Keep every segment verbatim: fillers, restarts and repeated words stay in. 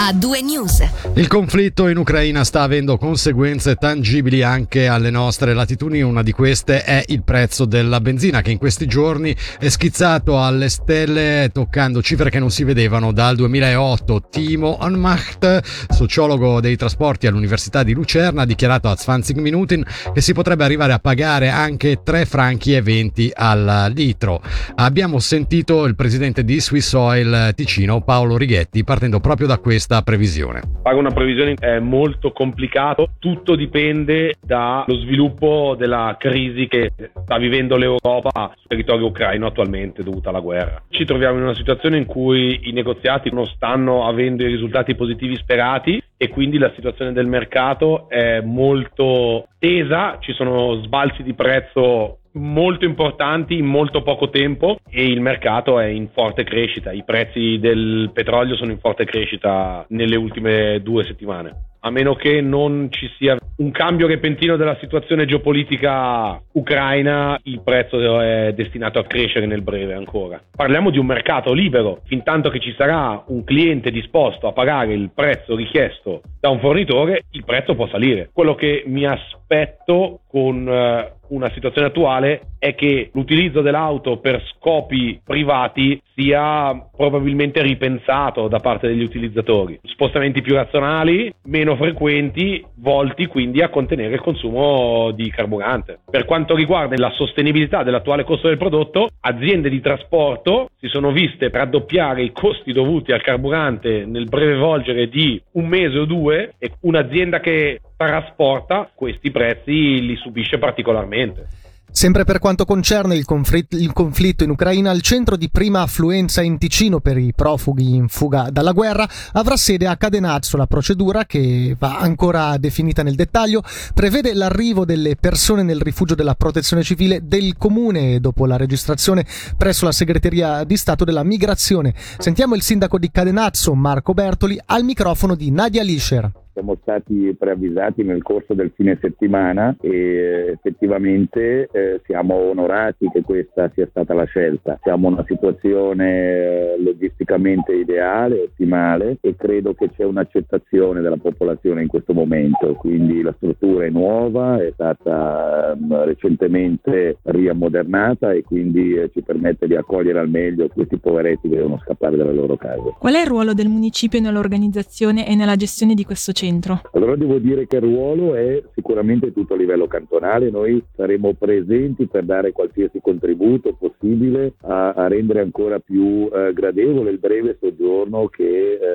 A due News. Il conflitto in Ucraina sta avendo conseguenze tangibili anche alle nostre latitudini. Una di queste è il prezzo della benzina, che in questi giorni è schizzato alle stelle, toccando cifre che non si vedevano dal duemilaotto. Timo Anmacht, sociologo dei trasporti all'Università di Lucerna, ha dichiarato a zwanzig Minuten che si potrebbe arrivare a pagare anche tre franchi e venti al litro. Abbiamo sentito il presidente di Swiss Oil Ticino, Paolo Righetti, partendo proprio da questa previsione. Fare una previsione è molto complicato, tutto dipende dallo sviluppo della crisi che sta vivendo l'Europa sul territorio ucraino attualmente dovuta alla guerra. Ci troviamo in una situazione in cui i negoziati non stanno avendo i risultati positivi sperati e quindi la situazione del mercato è molto tesa, ci sono sbalzi di prezzo molto importanti in molto poco tempo e il mercato è in forte crescita. I prezzi del petrolio sono in forte crescita nelle ultime due settimane. A meno che non ci sia un cambio repentino della situazione geopolitica ucraina, il prezzo è destinato a crescere nel breve ancora. Parliamo di un mercato libero, fintanto che ci sarà un cliente disposto a pagare il prezzo richiesto da un fornitore, il prezzo può salire. Quello che mi aspetto con uh, una situazione attuale è che l'utilizzo dell'auto per scopi privati sia probabilmente ripensato da parte degli utilizzatori. Spostamenti più razionali, meno frequenti, volti quindi a contenere il consumo di carburante. Per quanto riguarda la sostenibilità dell'attuale costo del prodotto, aziende di trasporto si sono viste raddoppiare i costi dovuti al carburante nel breve volgere di un mese o due, e un'azienda che trasporta questi prezzi li subisce particolarmente. Sempre per quanto concerne il conflitto, il conflitto in Ucraina, il centro di prima affluenza in Ticino per i profughi in fuga dalla guerra avrà sede a Cadenazzo. La procedura, che va ancora definita nel dettaglio, prevede l'arrivo delle persone nel rifugio della Protezione Civile del comune dopo la registrazione presso la Segreteria di Stato della Migrazione. Sentiamo il sindaco di Cadenazzo, Marco Bertoli, al microfono di Nadia Lischer. Siamo stati preavvisati nel corso del fine settimana e effettivamente eh, siamo onorati che questa sia stata la scelta. Siamo in una situazione logisticamente ideale, ottimale, e credo che c'è un'accettazione della popolazione in questo momento. Quindi la struttura è nuova, è stata um, recentemente riammodernata e quindi eh, ci permette di accogliere al meglio questi poveretti che devono scappare dalle loro case. Qual è il ruolo del municipio nell'organizzazione e nella gestione di questo centro? Centro. Allora devo dire che il ruolo è sicuramente tutto a livello cantonale. Noi saremo presenti per dare qualsiasi contributo possibile a, a rendere ancora più eh, gradevole il breve soggiorno che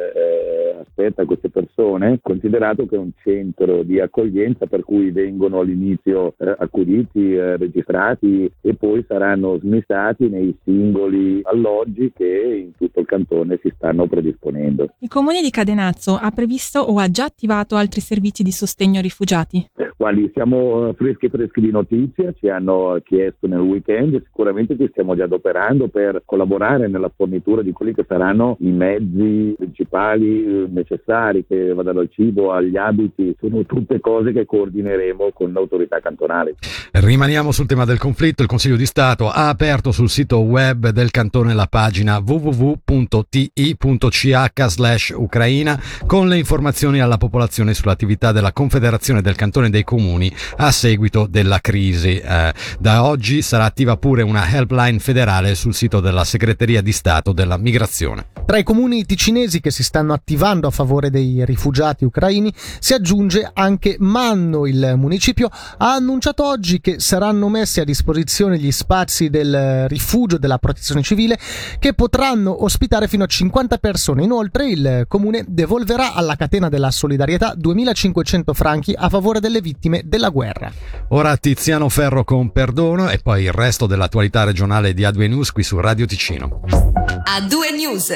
eh, aspetta queste persone, considerato che è un centro di accoglienza per cui vengono all'inizio eh, accuditi, eh, registrati e poi saranno smistati nei singoli alloggi che in tutto il cantone si stanno predisponendo. Il comune di Cadenazzo ha previsto o ha già attivato altri servizi di sostegno ai rifugiati? Guardi, siamo freschi freschi di notizia, ci hanno chiesto nel weekend e sicuramente ci stiamo già adoperando per collaborare nella fornitura di quelli che saranno i mezzi principali necessari, che vadano dal cibo agli abiti. Sono tutte cose che coordineremo con l'autorità cantonale. Rimaniamo sul tema del conflitto. Il Consiglio di Stato ha aperto sul sito web del cantone la pagina w w w punto t i punto c h slash ucraina con le informazioni alla popolazione sull'attività della Confederazione del Cantone dei Comuni a seguito della crisi. Eh, da oggi sarà attiva pure una helpline federale sul sito della Segreteria di Stato della Migrazione. Tra i comuni ticinesi che si stanno attivando a favore dei rifugiati ucraini si aggiunge anche Manno. Il municipio ha annunciato oggi che saranno messi a disposizione gli spazi del rifugio della Protezione Civile, che potranno ospitare fino a cinquanta persone. Inoltre il comune devolverà alla catena della solidarietà duemilacinquecento franchi a favore delle vittime della guerra. Ora Tiziano Ferro con Perdono e poi il resto dell'attualità regionale di A due News qui su Radio Ticino. A due News.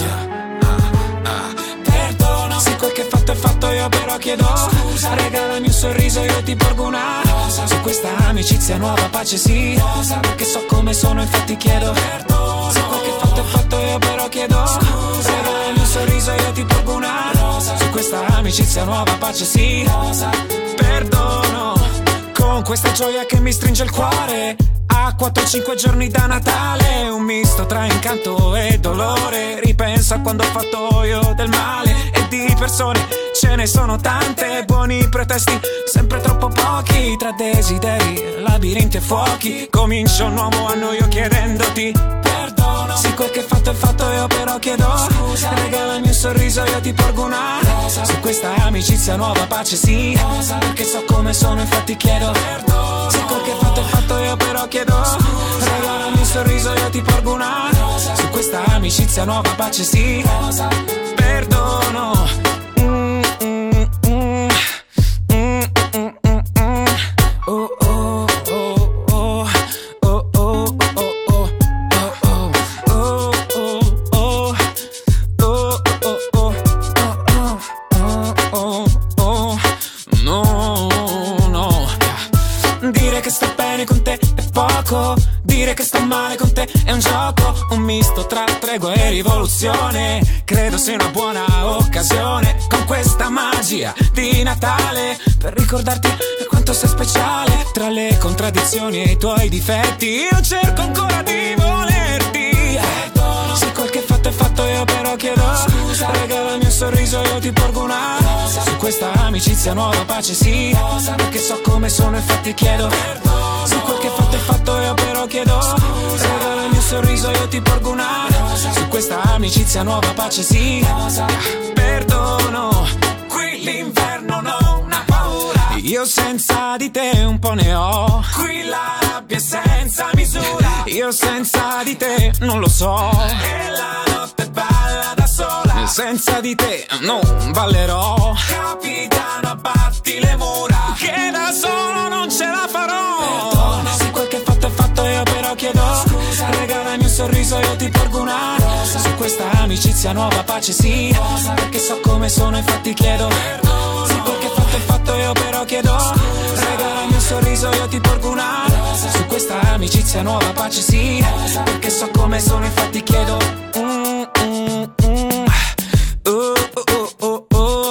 Perdono se quel che fatto è fatto, io però chiedo scusa. Regalami un sorriso, io ti porgo una rosa. Su questa amicizia nuova pace sì, rosa. Perché so come sono, infatti chiedo perdono. Se quel che fatto è fatto, io però chiedo scusa. Regalami un sorriso, io ti porgo una rosa. Su questa amicizia nuova pace sì, rosa. Perdono con questa gioia che mi stringe il cuore. A quattro cinque giorni da Natale, un misto tra incanto e dolore. Ripenso a quando ho fatto io del male e di persone, ce ne sono tante, buoni pretesti, sempre troppo pochi, tra desideri, labirinti e fuochi. Comincio un nuovo anno io chiedendoti perdono. Sì, quel che fatto è fatto, io però chiedo scusa. Regalami un sorriso, io ti porgo una rosa. Su questa amicizia nuova pace sì, rosa. Perché so come sono, infatti chiedo perdono. Sì, quel che fatto è fatto, io però chiedo scusa. Regalami un sorriso, io ti porgo una rosa. Su questa amicizia nuova pace sì, rosa. Perdono. Dire che sto male con te è un gioco, un misto tra tregua e rivoluzione. Credo sia una buona occasione, con questa magia di Natale, per ricordarti quanto sei speciale. Tra le contraddizioni e i tuoi difetti, io cerco ancora di volerti. Perdono. Se quel che fatto è fatto, io però chiedo scusa. Regalami un sorriso, io ti porgo una rosa. Su questa amicizia nuova pace sì, rosa. Perché so come sono, infatti chiedo perdono. Se quel che fatto è fatto, io però chiedo scusa. Regalami un sorriso, io ti porgo una rosa. Su questa amicizia nuova pace sì, rosa. Perdono. Qui l'inverno non ha paura, io senza di te un po' ne ho. Qui la rabbia è senza misura, io senza di te non lo so. E la notte balla da sola, senza di te non ballerò. Capitano, abbatti le mura, che da solo non ce la farò. Perdono. Se quel che fatto è fatto, io però chiedo scusa. Regalami un sorriso, io ti porgo una rosa. Su questa amicizia nuova pace sì, rosa. Perché so come sono, infatti chiedo perdono. Se quel che fatto è fatto, io però chiedo scusa. Regalami un sorriso, io ti porgo una rosa. Su questa amicizia nuova pace sì, rosa. Perché so come sono, infatti chiedo mm, mm, mm. Oh, oh, oh, oh, oh.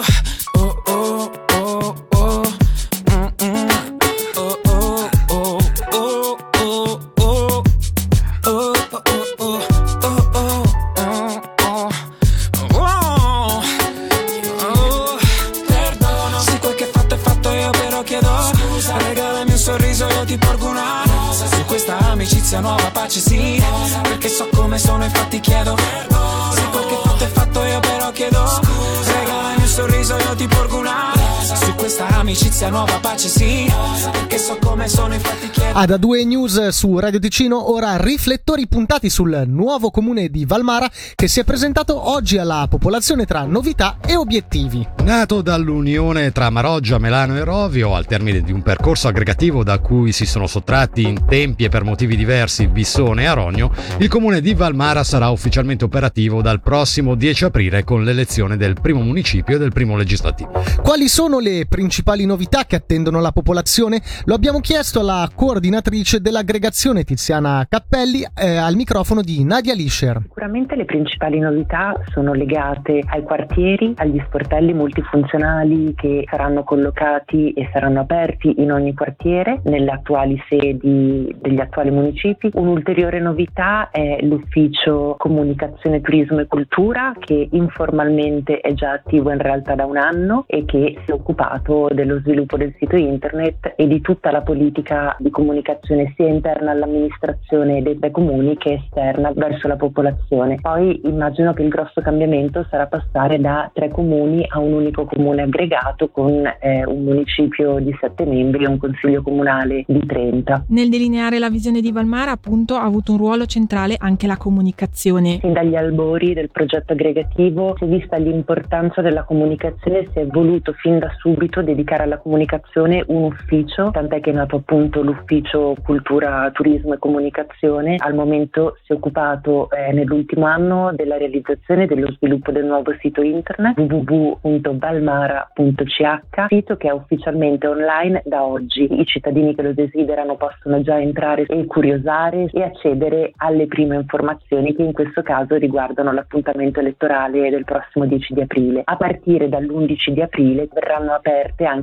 Amicizia nuova pace sì, rosa. Perché so come sono, infatti chiedo perdono. Se quel che fatto è fatto, io però chiedo scusa. Regalami un sorriso, io ti porgo una rosa. Su questa amicizia nuova pace sì, rosa. Perché so come sono, infatti chiedo. Ad A due News su Radio Ticino, ora riflettori puntati sul nuovo comune di Valmara, che si è presentato oggi alla popolazione tra novità e obiettivi. Nato dall'unione tra Maroggia, Melano e Rovio, al termine di un percorso aggregativo da cui si sono sottratti in tempi e per motivi diversi Bissone e Aronio, il comune di Valmara sarà ufficialmente operativo dal prossimo dieci aprile con l'elezione del primo municipio e del primo legislativo. Quali sono le principali novità che attendono la popolazione? Lo abbiamo chiesto alla coordinatrice dell'aggregazione Tiziana Cappelli eh, al microfono di Nadia Lischer. Sicuramente le principali novità sono legate ai quartieri, agli sportelli multifunzionali che saranno collocati e saranno aperti in ogni quartiere, nelle attuali sedi degli attuali municipi. Un'ulteriore novità è l'ufficio comunicazione, turismo e cultura, che informalmente è già attivo in realtà da un anno e che si è occupato dello sviluppo del sito internet e di tutta la politica di comunicazione sia interna all'amministrazione dei, dei comuni che esterna verso la popolazione. Poi immagino che il grosso cambiamento sarà passare da tre comuni a un unico comune aggregato con eh, un municipio di sette membri e un consiglio comunale di trenta. Nel delineare la visione di Valmara, appunto, ha avuto un ruolo centrale anche la comunicazione. Sin dagli albori del progetto aggregativo si è vista l'importanza della comunicazione, si è voluto fin da subito dedicare alla comunicazione un ufficio, tant'è che è nato appunto l'ufficio cultura, turismo e comunicazione. Al momento si è occupato eh, nell'ultimo anno della realizzazione e dello sviluppo del nuovo sito internet w w w punto valmara punto c h, sito che è ufficialmente online da oggi. I cittadini che lo desiderano possono già entrare e curiosare e accedere alle prime informazioni, che in questo caso riguardano l'appuntamento elettorale del prossimo dieci di aprile. A partire dall'undici di aprile verranno aperte anche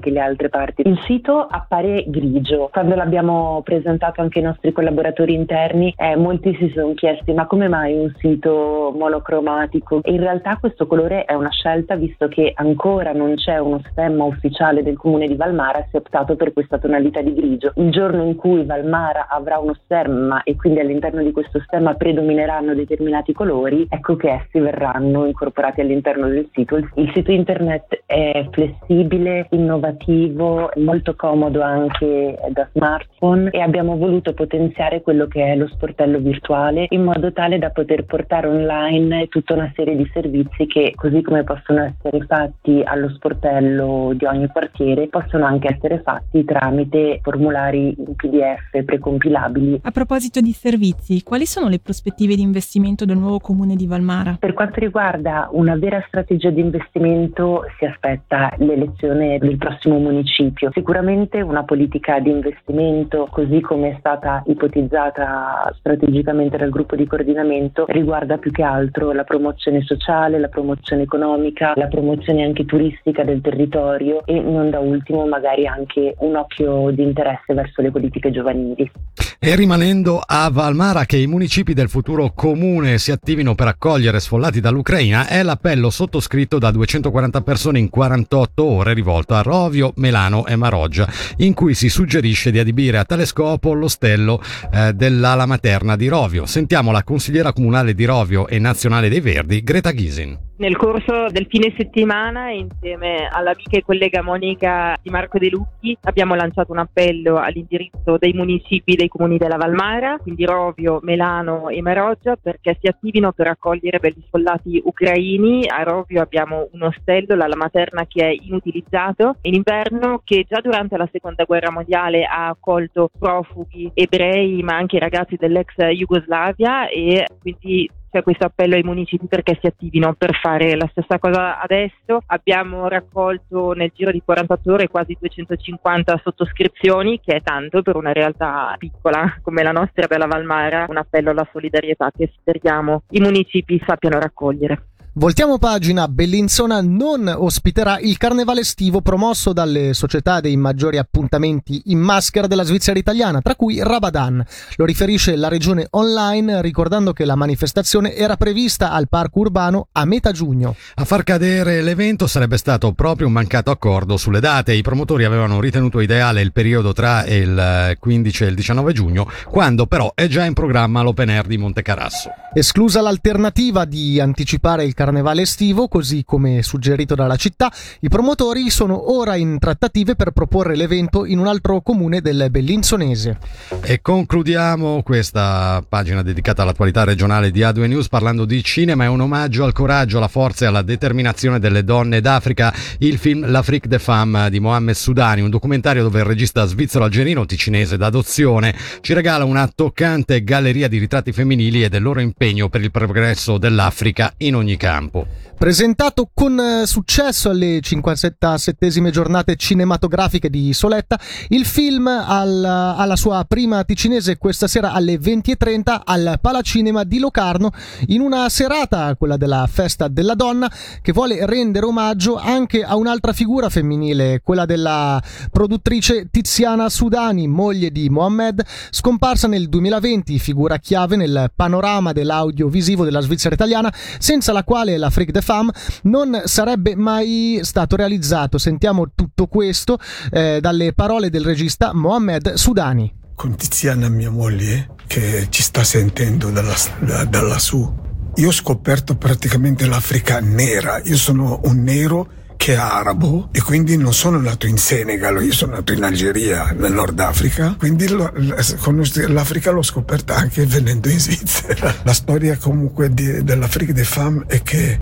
anche le altre parti. Il sito appare grigio. Quando l'abbiamo presentato anche ai nostri collaboratori interni, eh, molti si sono chiesti ma come mai un sito monocromatico? E in realtà questo colore è una scelta, visto che ancora non c'è uno stemma ufficiale del comune di Valmara, si è optato per questa tonalità di grigio. Il giorno in cui Valmara avrà uno stemma e quindi all'interno di questo stemma predomineranno determinati colori, ecco che essi verranno incorporati all'interno del sito. Il, il sito internet è flessibile, innovativo, molto comodo anche da smartphone, e abbiamo voluto potenziare quello che è lo sportello virtuale in modo tale da poter portare online tutta una serie di servizi che, così come possono essere fatti allo sportello di ogni quartiere, possono anche essere fatti tramite formulari in P D F precompilabili. A proposito di servizi, quali sono le prospettive di investimento del nuovo comune di Valmara? Per quanto riguarda una vera strategia di investimento, si aspetta l'elezione del prossimo municipio. Sicuramente una politica di investimento, così come è stata ipotizzata strategicamente dal gruppo di coordinamento, riguarda più che altro la promozione sociale, la promozione economica, la promozione anche turistica del territorio e non da ultimo magari anche un occhio di interesse verso le politiche giovanili. E rimanendo a Valmara, che i municipi del futuro comune si attivino per accogliere sfollati dall'Ucraina è l'appello sottoscritto da duecentoquaranta persone in quarantotto ore rivolto a Rovio, Melano e Maroggia, in cui si suggerisce di adibire a tale scopo l'ostello eh, dell'ala materna di Rovio. Sentiamo la consigliera comunale di Rovio e nazionale dei Verdi, Greta Ghisin. Nel corso del fine settimana, insieme all'amica e collega Monica Di Marco De Lucchi, abbiamo lanciato un appello all'indirizzo dei municipi dei comuni della Valmara, quindi Rovio, Melano e Maroggia, perché si attivino per accogliere per gli sfollati ucraini. A Rovio abbiamo un ostello, l'ala materna, che è inutilizzato in inverno, che già durante la seconda guerra mondiale ha accolto profughi ebrei ma anche ragazzi dell'ex Jugoslavia, e quindi c'è questo appello ai municipi perché si attivino per fare la stessa cosa adesso. Abbiamo raccolto nel giro di quarantotto ore quasi duecentocinquanta sottoscrizioni, che è tanto per una realtà piccola come la nostra della Valmara. Un appello alla solidarietà che speriamo i municipi sappiano raccogliere. Voltiamo pagina. Bellinzona non ospiterà il carnevale estivo promosso dalle società dei maggiori appuntamenti in maschera della Svizzera italiana, tra cui Rabadan. Lo riferisce la regione online, ricordando che la manifestazione era prevista al parco urbano a metà giugno. A far cadere l'evento sarebbe stato proprio un mancato accordo sulle date. I promotori avevano ritenuto ideale il periodo tra il quindici e il diciannove giugno, quando però è già in programma l'Open Air di Montecarasso. Esclusa l'alternativa di anticipare il carnevale estivo, così come suggerito dalla città, i promotori sono ora in trattative per proporre l'evento in un altro comune del Bellinzonese. E concludiamo questa pagina dedicata all'attualità regionale di A due News parlando di cinema. È un omaggio al coraggio, alla forza e alla determinazione delle donne d'Africa il film L'Afrique des Femmes di Mohamed Soudani, un documentario dove il regista svizzero-algerino ticinese d'adozione ci regala una toccante galleria di ritratti femminili e del loro impegno per il progresso dell'Africa in ogni campo. Presentato con successo alle cinquantasettesime giornate cinematografiche di Soletta, il film alla, alla sua prima ticinese questa sera alle venti e trenta al Palacinema di Locarno, in una serata, quella della Festa della Donna, che vuole rendere omaggio anche a un'altra figura femminile, quella della produttrice Tiziana Soudani, moglie di Mohamed, scomparsa nel duemilaventi, figura chiave nel panorama dell'audiovisivo della Svizzera italiana, senza la quale l'Afrique des Femmes non sarebbe mai stato realizzato. Sentiamo tutto questo eh, dalle parole del regista Mohamed Soudani. Con Tiziana, mia moglie, che ci sta sentendo dalla, da, da lassù, io ho scoperto praticamente l'Africa nera. Io sono un nero che è arabo e quindi non sono nato in Senegal, io sono nato in Algeria, nel Nord Africa, quindi lo, l'Africa l'ho scoperta anche venendo in Svizzera. La storia comunque di, dell'Afrique des Femmes è che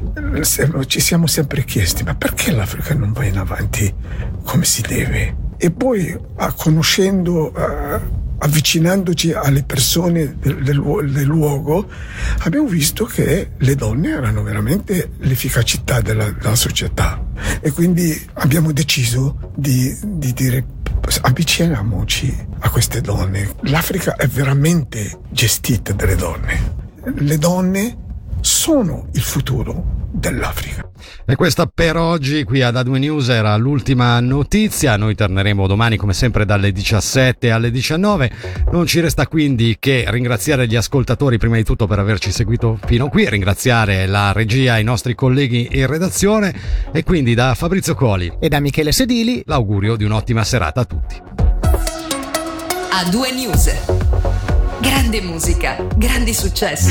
ci siamo sempre chiesti: ma perché l'Africa non va in avanti come si deve? E poi conoscendo, uh, avvicinandoci alle persone del, del, del luogo, abbiamo visto che le donne erano veramente l'efficacità della, della società, e quindi abbiamo deciso di, di dire: avviciniamoci a queste donne. L'Africa è veramente gestita dalle donne. Le donne sono il futuro dell'Africa. E questa per oggi qui ad A due News era l'ultima notizia. Noi torneremo domani come sempre dalle diciassette alle diciannove. Non ci resta quindi che ringraziare gli ascoltatori prima di tutto per averci seguito fino qui, ringraziare la regia e i nostri colleghi in redazione e quindi da Fabrizio Coli e da Michele Sedili l'augurio di un'ottima serata a tutti. A due News. Grande musica, grandi successi.